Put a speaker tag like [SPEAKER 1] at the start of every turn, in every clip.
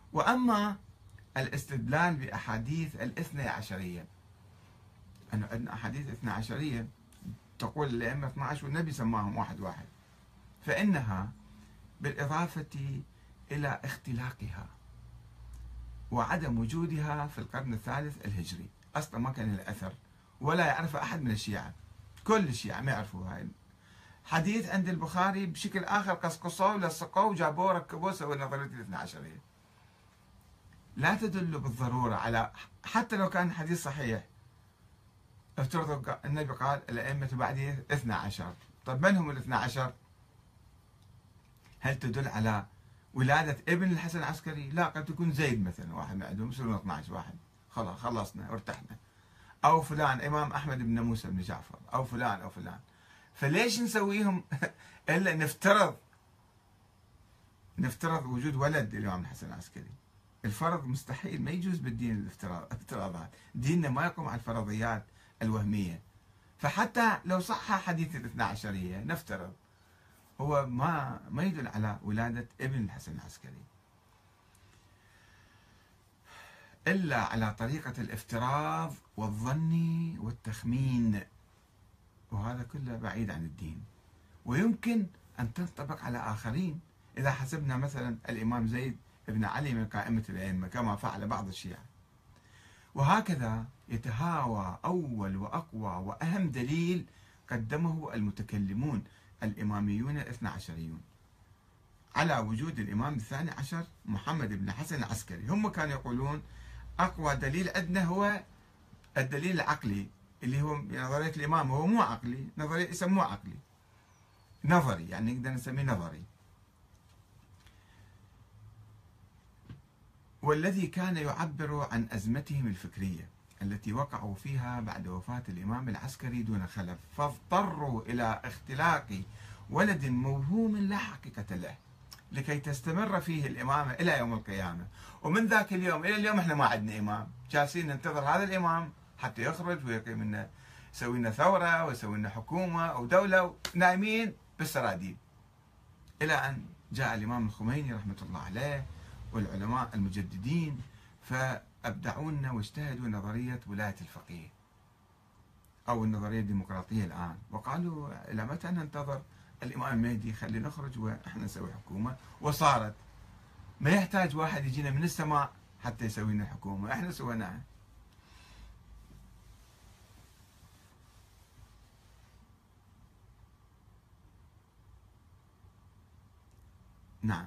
[SPEAKER 1] وأما الاستدلال بأحاديث الاثنى عشرية، أنه عندنا أحاديث اثنى عشرية تقول الأئمة 12 والنبي سماهم واحد واحد، فإنها بالإضافة إلى اختلاقها وعدم وجودها في القرن الثالث الهجري، أصلا ما كان لها أثر ولا يعرفها أحد من الشيعة، كل الشيعة ما يعرفوا هاي حديث عند البخاري بشكل آخر، قصقصوه لصقوه جابوه ركبوه سووا نظرية الاثنى عشرية. لا تدل بالضرورة على، حتى لو كان حديث صحيح، افترضوا النبي قال الأئمة بعدي 12، طيب من هم الاثنى عشر؟ هل تدل على ولادة ابن الحسن العسكري؟ لا، قد تكون زيد مثلا واحد من عندهم، يصيرون 12 واحد، خلاص خلصنا وارتحنا. أو فلان إمام أحمد بن موسى بن جعفر، أو فلان أو فلان. فليش نسويهم إلا نفترض وجود ولد للإمام الحسن العسكري؟ الفرض مستحيل، ما يجوز بالدين الافتراضات، ديننا ما يقوم على الفرضيات الوهمية. فحتى لو صح حديث الاثنى عشرية نفترض، هو ما يدل على ولادة ابن الحسن العسكري إلا على طريقة الافتراض والظن والتخمين، وهذا كله بعيد عن الدين، ويمكن أن تنطبق على آخرين إذا حسبنا مثلا الإمام زيد بن علي من قائمة الأئمة كما فعل بعض الشيعة. وهكذا يتهاوى أول وأقوى وأهم دليل قدمه المتكلمون الإماميون الاثنى عشريون على وجود الإمام الثاني عشر محمد بن حسن العسكري. هم كانوا يقولون أقوى دليل عندنا هو الدليل العقلي، اللي هو نظرية الإمام، هو مو عقلي، نظرية يسموه عقلي، نظري، يعني نقدر نسميه نظري. والذي كان يعبر عن أزمتهم الفكرية التي وقعوا فيها بعد وفاة الإمام العسكري دون خلف، فاضطروا إلى اختلاق ولد موهوم لا حقيقة له لكي تستمر فيه الإمامة إلى يوم القيامة. ومن ذاك اليوم إلى اليوم إحنا ما عندنا إمام، جالسين ننتظر هذا الإمام حتى يخرج ويقيم لنا، يسوي لنا ثورة ويسوي لنا حكومة أو دولة، نايمين بالسراديب، إلى أن جاء الإمام الخميني رحمة الله عليه والعلماء المجددين فأبدعونا واجتهدوا نظرية ولاية الفقيه أو النظرية الديمقراطية الآن، وقالوا إلى متى ننتظر الإمام المهدي، خلينا نخرج وإحنا نسوي حكومة. وصارت، ما يحتاج واحد يجينا من السماء حتى يسوي لنا حكومة، إحنا سويناها. نعم.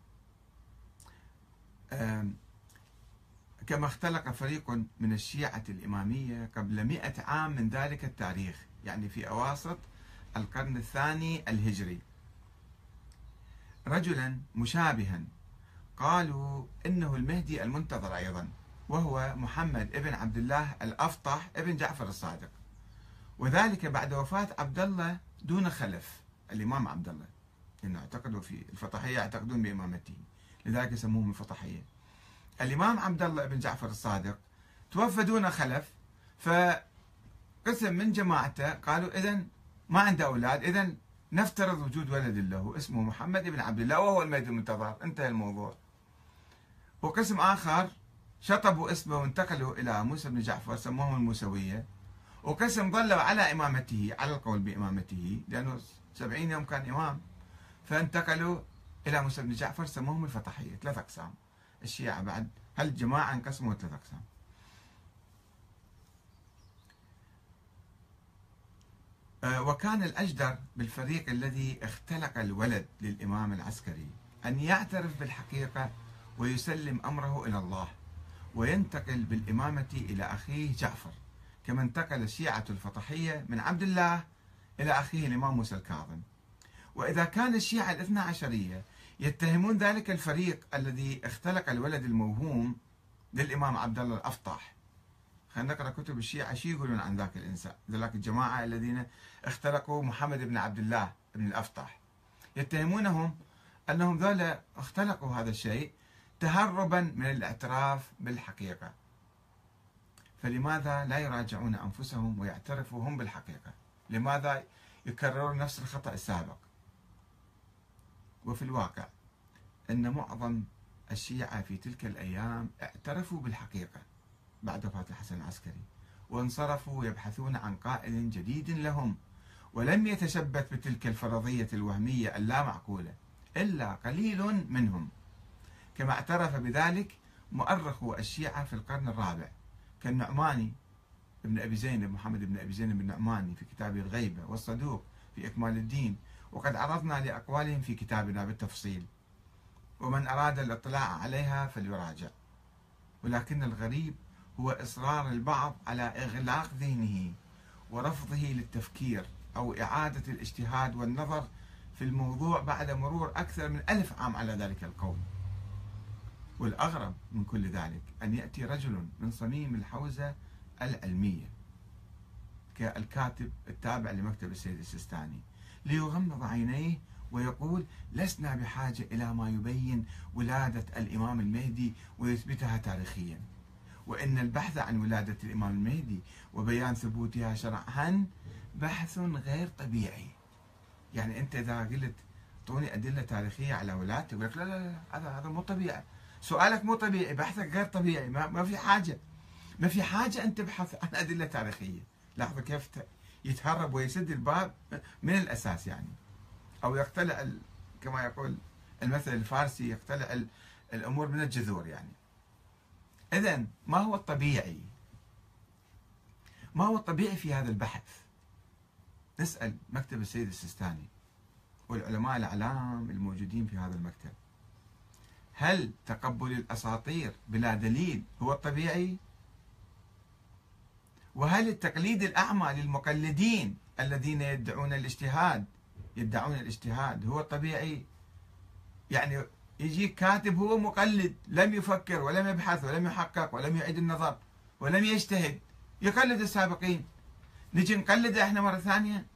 [SPEAKER 1] كما اختلق فريق من الشيعة الإمامية قبل 100 عام من ذلك التاريخ، يعني في أواسط القرن الثاني الهجري، رجلا مشابها قالوا إنه المهدي المنتظر أيضا، وهو محمد ابن عبد الله الأفطح ابن جعفر الصادق، وذلك بعد وفاة عبد الله دون خلف، الإمام عبد الله، لأنه اعتقدوا في الفطحية، يعتقدون بإمامته، لذلك يسموهم الفطحية. الإمام عبد الله بن جعفر الصادق توفى دون خلف، فقسم من جماعته قالوا إذن ما عنده أولاد، إذن نفترض وجود ولد له اسمه محمد بن عبد الله وهو المهدي المنتظر، انتهى الموضوع. وقسم آخر شطبوا اسمه وانتقلوا إلى موسى بن جعفر سموهم الموسوية، وقسم ظلوا على إمامته، على القول بإمامته، لأنه 70 يوم كان إمام، فانتقلوا إلى موسى بن جعفر سموهم الفطحية. 3 أقسام الشيعة بعد هالجماعة انقسموا 3 أقسام. وكان الأجدر بالفريق الذي اختلق الولد للإمام العسكري أن يعترف بالحقيقة ويسلم أمره إلى الله وينتقل بالإمامة إلى أخيه جعفر، كما انتقل الشيعة الفطحية من عبد الله إلى أخيه الإمام موسى الكاظم. وإذا كان الشيعة الاثنى عشرية يتهمون ذلك الفريق الذي اختلق الولد الموهوم للإمام عبد الله الأفطح، خلينا نقرأ كتب الشيعة شو يقولون عن ذاك الإنسان، ذلك الجماعة الذين اختلقوا محمد بن عبد الله بن الأفطح، يتهمونهم أنهم ذولا اختلقوا هذا الشيء تهربا من الاعتراف بالحقيقة. فلماذا لا يراجعون أنفسهم ويعترفوا هم بالحقيقة؟ لماذا يكررون نفس الخطأ السابق؟ وفي الواقع أن معظم الشيعة في تلك الأيام اعترفوا بالحقيقة بعد وفاة الحسن العسكري، وانصرفوا يبحثون عن قائد جديد لهم، ولم يتشبث بتلك الفرضية الوهمية اللامعقولة إلا قليل منهم، كما اعترف بذلك مؤرخو الشيعة في القرن الرابع كالنعماني ابن أبي زينب، محمد بن أبي زينب النعماني في كتابه الغيبة، والصدوق في إكمال الدين، وقد عرضنا لأقوالهم في كتابنا بالتفصيل، ومن أراد الاطلاع عليها فليراجع. ولكن الغريب هو إصرار البعض على إغلاق ذهنه ورفضه للتفكير أو إعادة الاجتهاد والنظر في الموضوع بعد مرور أكثر من 1000 عام على ذلك القول. والأغرب من كل ذلك أن يأتي رجل من صميم الحوزة العلمية كالكاتب التابع لمكتب السيد السيستاني ليغمض عينيه ويقول: لسنا بحاجة إلى ما يبين ولادة الإمام المهدي ويثبتها تاريخيا، وإن البحث عن ولادة الإمام المهدي وبيان ثبوتها شرعا بحث غير طبيعي. يعني أنت إذا قلت اعطوني أدلة تاريخية على ولادته، يقول لك لا لا لا، هذا مو طبيعي، سؤالك مو طبيعي، بحثك غير طبيعي، ما في حاجة أن تبحث عن أدلة تاريخية. لاحظوا كيف يتهرب ويسد الباب من الأساس يعني، أو يقتلع كما يقول المثل الفارسي، يقتلع الأمور من الجذور يعني. إذن ما هو الطبيعي؟ ما هو الطبيعي في هذا البحث؟ نسأل مكتب السيد السيستاني والعلماء الأعلام الموجودين في هذا المكتب: هل تقبل الأساطير بلا دليل هو الطبيعي؟ وهل التقليد الأعمى للمقلدين الذين يدعون الاجتهاد هو الطبيعي؟ يعني يجي كاتب هو مقلد، لم يفكر ولم يبحث ولم يحقق ولم يعيد النظر ولم يجتهد، يقلد السابقين، نجي نقلده احنا مرة ثانية؟